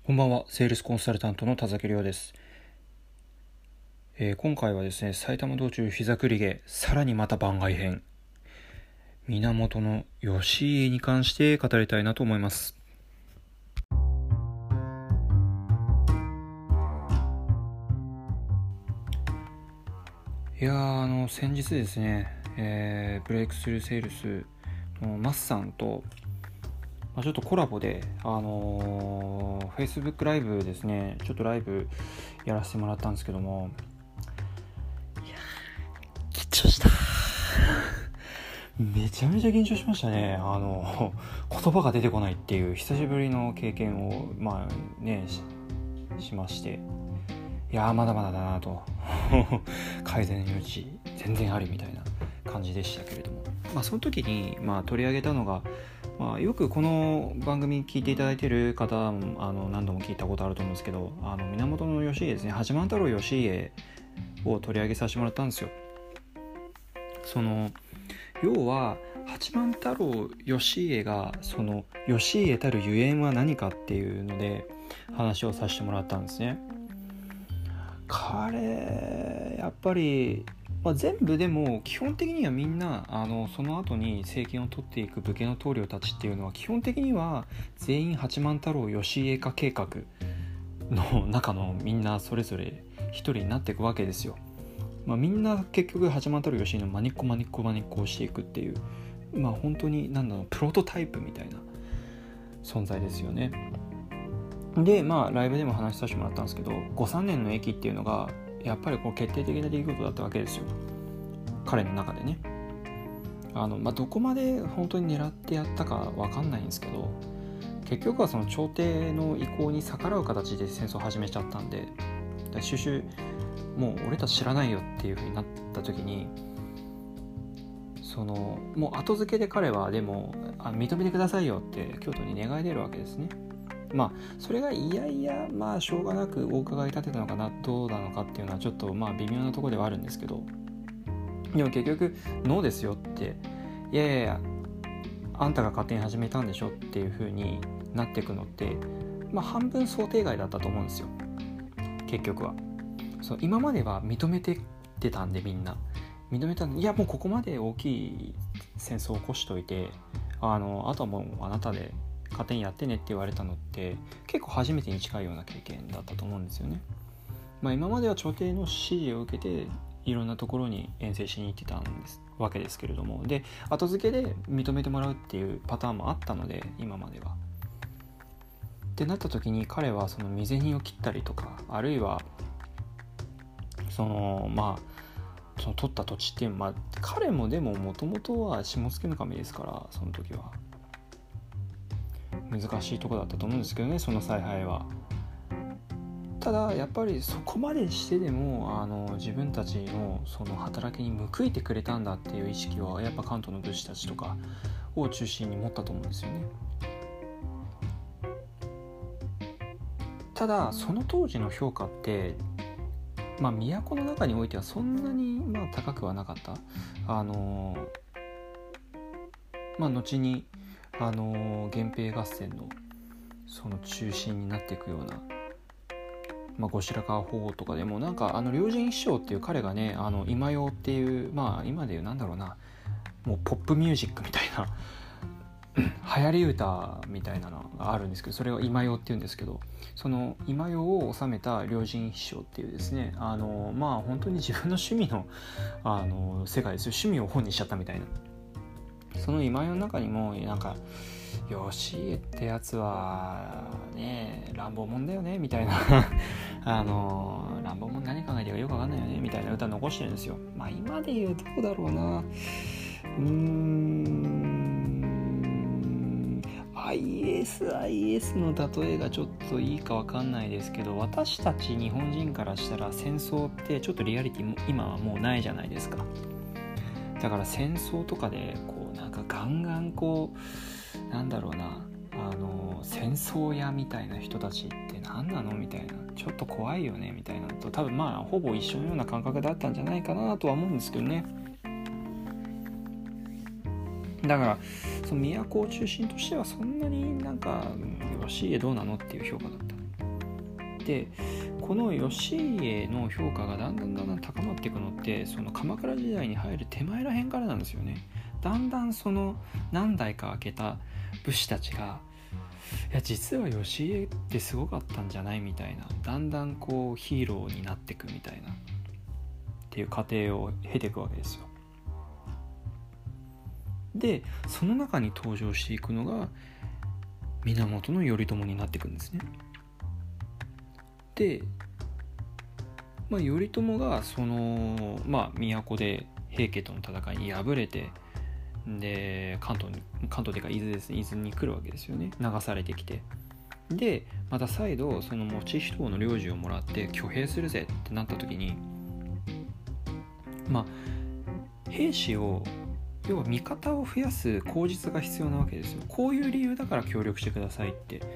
こんばんは、セールスコンサルタントの田崎亮です。今回はですね、埼玉道中膝栗毛、さらにまた番外編、源義家に関して語りたいなと思います。いやー、先日ですね、ブレイクスルーセールスのマスさんと、ちょっとコラボで、Facebook ライブですね、ちょっとライブやらせてもらったんですけども、いやー、緊張しためちゃめちゃ緊張しましたね。言葉が出てこないっていう久しぶりの経験をしまして、いやーまだまだだなと改善の余地全然ありみたいな感じでしたけれども、その時に取り上げたのが、よくこの番組聞いていただいている方も何度も聞いたことあると思うんですけど、源義家ですね、八幡太郎義家を取り上げさせてもらったんですよ。要は八幡太郎義家がその義家たるゆえんは何かっていうので話をさせてもらったんですね。彼やっぱり、全部でも基本的にはみんなその後に政権を取っていく武家の棟梁たちっていうのは基本的には全員八幡太郎義家化計画の中のみんなそれぞれ一人になっていくわけですよ。みんな結局八幡太郎義家のマニッコをしていくっていう、本当にプロトタイプみたいな存在ですよね。でライブでも話させてもらったんですけど、53年の駅っていうのがやっぱり決定的な出来事だったわけですよ、彼の中でね。どこまで本当に狙ってやったか分かんないんですけど、結局はその朝廷の意向に逆らう形で戦争を始めちゃったんで、収集もう俺たち知らないよっていう風になった時に、もう後付けで彼はでも認めてくださいよって京都に願い出るわけですね。それがしょうがなくお伺い立てたのかな、どうなのかっていうのはちょっと微妙なところではあるんですけど、でも結局ノーですよって、いやあんたが勝手に始めたんでしょっていう風になっていくのって、半分想定外だったと思うんですよ。結局は今までは認めてってたんで、みんな認めたんで、いやもうここまで大きい戦争を起こしといてあとはもうあなたで勝手にやってねって言われたのって結構初めてに近いような経験だったと思うんですよね。今までは朝廷の指示を受けていろんなところに遠征しに行ってたわけですけれども、で後付けで認めてもらうっていうパターンもあったので、今まではってなった時に彼はその身銭を切ったりとか、あるいはその取った土地っていうのは、彼もでももともとは下野守ですから、その時は難しいところだったと思うんですけどね、その采配は。ただやっぱりそこまでしてでも自分たちのその働きに報いてくれたんだっていう意識はやっぱ関東の武士たちとかを中心に持ったと思うんですよね。ただその当時の評価って都の中においてはそんなに高くはなかった。後に源平合戦のその中心になっていくような、後白河法皇とかでも良人師匠っていう彼がね、今用っていう今でいうもうポップミュージックみたいな流行り歌みたいなのがあるんですけど、それを今用っていうんですけど、その今用を収めた良人師匠っていうですね、本当に自分の趣味の世界ですよ。趣味を本にしちゃったみたいな。その今用の中にも義家ってやつはね乱暴者だよねみたいな乱暴者何考えてるかよくわかんないよねみたいな歌残してるんですよ。今で言うどうだろうな、IS の例えがちょっといいかわかんないですけど、私たち日本人からしたら戦争ってちょっとリアリティも今はもうないじゃないですか。だから戦争とかでガンガン戦争屋みたいな人たちって何なのみたいな、ちょっと怖いよねみたいなと、多分ほぼ一緒のような感覚だったんじゃないかなとは思うんですけどね。だからその都を中心としてはそんなに義家どうなのっていう評価だった。 でこの義家の評価がだんだん高まっていくのって、その鎌倉時代に入る手前らへんからなんですよね。だんだんその何代か空けた武士たちが、いや実は義家ってすごかったんじゃないみたいな、だんだんこうヒーローになっていくみたいなっていう過程を経ていくわけですよ。でその中に登場していくのが源頼朝になっていくんですね。で、頼朝がその都で平家との戦いに敗れて、で関東というか伊豆ですね、伊豆に来るわけですよね。流されてきて、でまた再度その以仁王の領事をもらって挙兵するぜってなった時に、兵士を要は味方を増やす口実が必要なわけですよ。こういう理由だから協力してくださいって、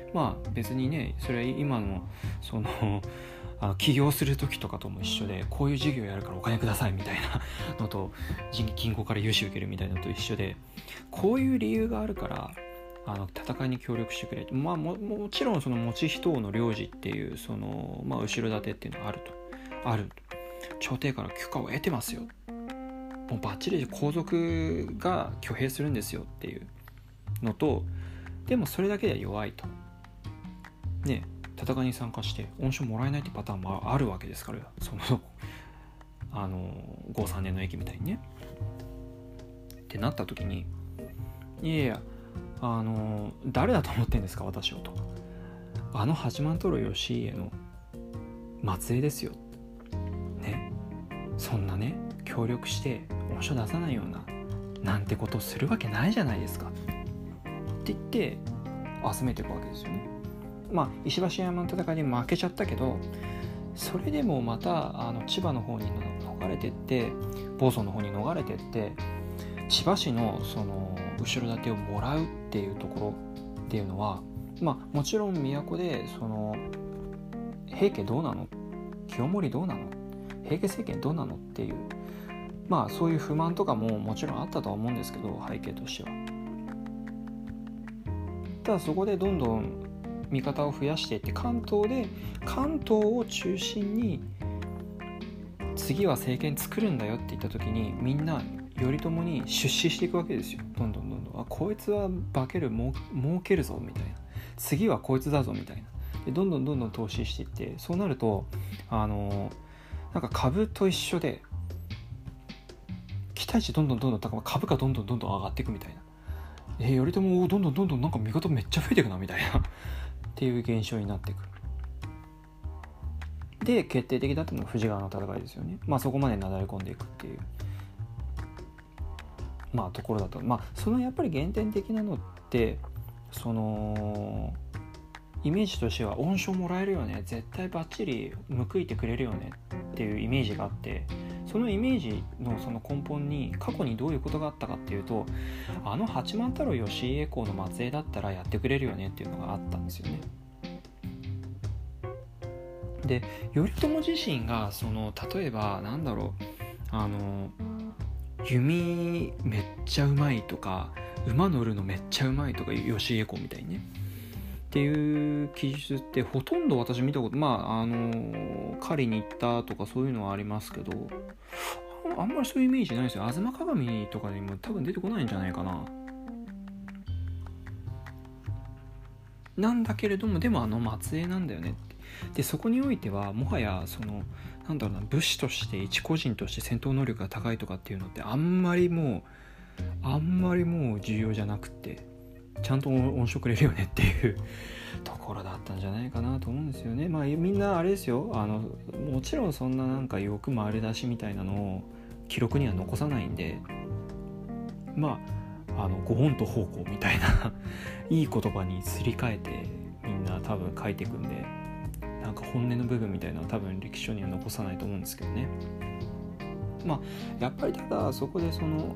別にね、それは今のその起業する時とかとも一緒で、こういう事業やるからお金くださいみたいなのと、銀行から融資受けるみたいなのと一緒で、こういう理由があるから戦いに協力してくれと。もちろんその以仁王の領事っていうその、後ろ盾っていうのがある朝廷から許可を得てますよ、もうバッチリ皇族が挙兵するんですよっていうのと、でもそれだけでは弱いとね、戦いに参加して恩賞もらえないってパターンもあるわけですから、その5、3年の役みたいにねってなった時に、いや誰だと思ってんですか私をと、八幡太郎義家の末裔ですよね、そんなね協力して恩賞出さないようななんてことをするわけないじゃないですかって言って集めていくわけですよね。石橋山の戦いで負けちゃったけど、それでもまた千葉の方に逃れてって、房総の方に逃れてって千葉市のその後ろ盾をもらうっていうところっていうのは、もちろん都でその平家どうなの、清盛どうなの、平家政権どうなのっていう、そういう不満とかももちろんあったとは思うんですけど、背景としては。ただそこでどんどん味方を増やしていって、関東を中心に次は政権作るんだよって言った時に、みんな頼朝に出資していくわけですよ。どんどんこいつは化ける儲けるぞみたいな、次はこいつだぞみたいなで、どんどん投資していって、そうなるとなんか株と一緒で期待値どんどん高まる、株価どんどん上がっていくみたいな、頼朝どんどんなんか味方めっちゃ増えていくなみたいなっていう現象になっていく。で決定的だったのが藤川の戦いですよね。そこまでなだれ込んでいくっていうところだと、そのやっぱり原点的なのって、そのイメージとしては恩賞もらえるよね、絶対バッチリ報いてくれるよねっていうイメージがあって、そのイメージのその根本に過去にどういうことがあったかっていうと、八幡太郎義家公の末裔だったらやってくれるよねっていうのがあったんですよね。で頼朝自身がその例えば弓めっちゃうまいとか、馬乗るのめっちゃうまいとか、義家公みたいにねっていう記述ってほとんど私見たこと、狩りに行ったとかそういうのはありますけど、あんまりそういうイメージないですよ。吾妻鏡とかにも多分出てこないんじゃないかな。なんだけれども、でも末裔なんだよねって。でそこにおいてはもはやその武士として一個人として戦闘能力が高いとかっていうのってあんまりもう重要じゃなくて、ちゃんと恩賞くれるよねっていうところだったんじゃないかなと思うんですよね。みんなあれですよ、もちろんそんななんか欲丸出しみたいなのを記録には残さないんで、ご恩と奉公みたいないい言葉にすり替えてみんな多分書いていくんで、なんか本音の部分みたいなのは多分歴史書には残さないと思うんですけどね。やっぱりただそこでその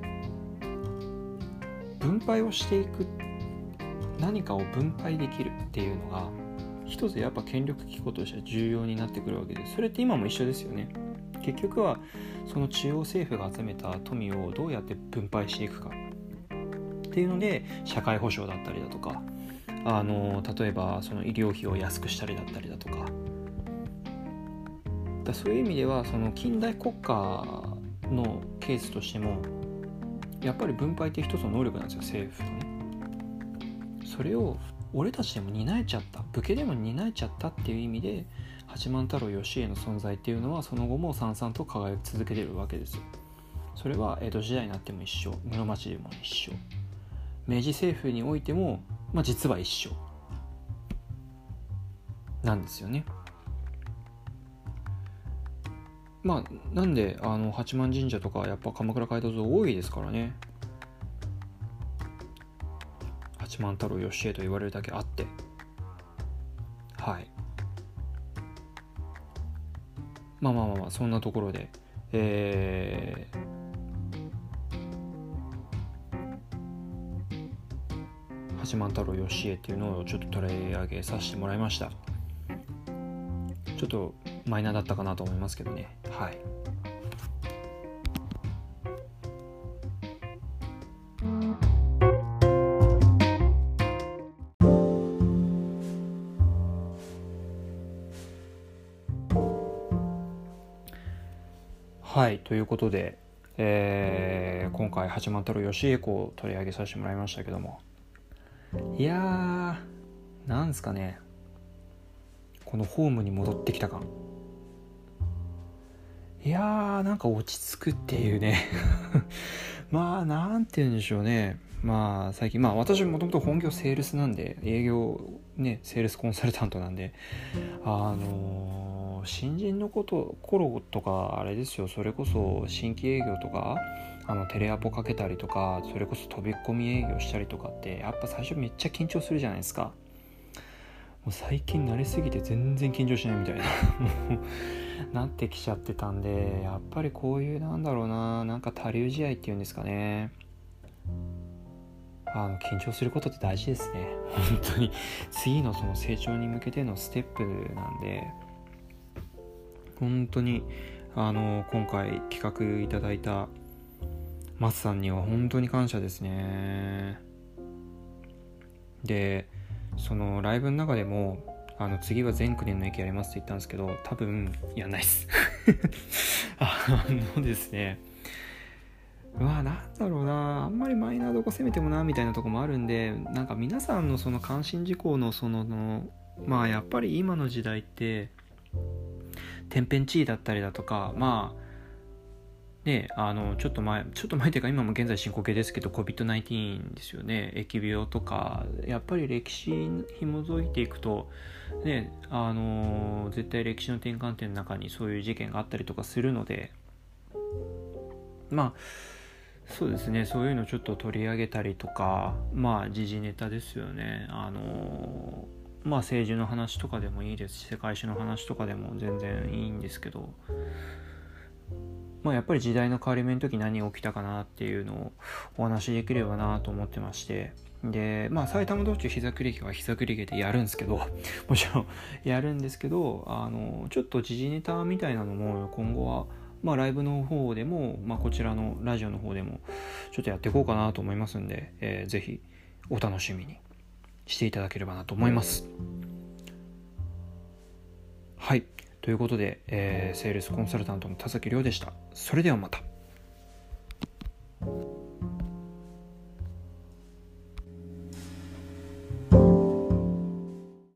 分配をしていく、何かを分配できるっていうのが一つやっぱ権力機構としては重要になってくるわけです。それって今も一緒ですよね。結局はその中央政府が集めた富をどうやって分配していくかっていうので、社会保障だったりだとか、例えばその医療費を安くしたりだったりだとか、 そういう意味ではその近代国家のケースとしてもやっぱり分配って一つの能力なんですよ、政府のね。それを俺たちでも担えちゃった、武家でも担えちゃったっていう意味で八幡太郎義家の存在っていうのはその後もさんさんと輝き続けてるわけですよ。それは江戸時代になっても一緒、室町でも一緒、明治政府においても、実は一緒なんですよね。なんで八幡神社とかやっぱ鎌倉街道沿い多いですからね。八幡太郎義家と言われるだけあって、はい、そんなところで八幡太郎義家っていうのをちょっと取り上げさせてもらいました。ちょっとマイナーだったかなと思いますけどね。はい。はい、ということで、今回八幡太郎義家公を取り上げさせてもらいましたけども、いやー、なんですかね、このホームに戻ってきた感、いやー、なんか落ち着くっていうねなんて言うんでしょうね。最近私もともと本業セールスなんで、営業ね、セールスコンサルタントなんで、新人の頃とかあれですよ、それこそ新規営業とかテレアポかけたりとか、それこそ飛び込み営業したりとかってやっぱ最初めっちゃ緊張するじゃないですか。もう最近慣れすぎて全然緊張しないみたいななってきちゃってたんで、やっぱりこういうなんか他流試合っていうんですかね、緊張することって大事ですね。本当に次のその成長に向けてのステップなんで、本当に今回企画いただいた松さんには本当に感謝ですね。で、そのライブの中でも次は全9年の駅やりますって言ったんですけど、多分やんないですですね、なんだろうな、あんまりマイナーどこ攻めてもなみたいなとこもあるんで、なんか皆さんのその関心事項のやっぱり今の時代って天変地異だったりだとか、ちょっと前というか今も現在進行形ですけど COVID-19 ですよね。疫病とかやっぱり歴史紐解いていくとね、絶対歴史の転換点の中にそういう事件があったりとかするので、そうですね、そういうのちょっと取り上げたりとか、時事ネタですよね。政治の話とかでもいいですし、世界史の話とかでも全然いいんですけど、やっぱり時代の変わり目の時何が起きたかなっていうのをお話しできればなと思ってまして、で埼玉道中膝栗毛は膝栗毛でやるんですけどもちろんやるんですけど、ちょっと時事ネタみたいなのも今後はライブの方でも、こちらのラジオの方でもちょっとやっていこうかなと思いますんで、ぜひお楽しみにしていただければなと思います。はい、ということで、セールスコンサルタントの田崎亮でした。それではまた。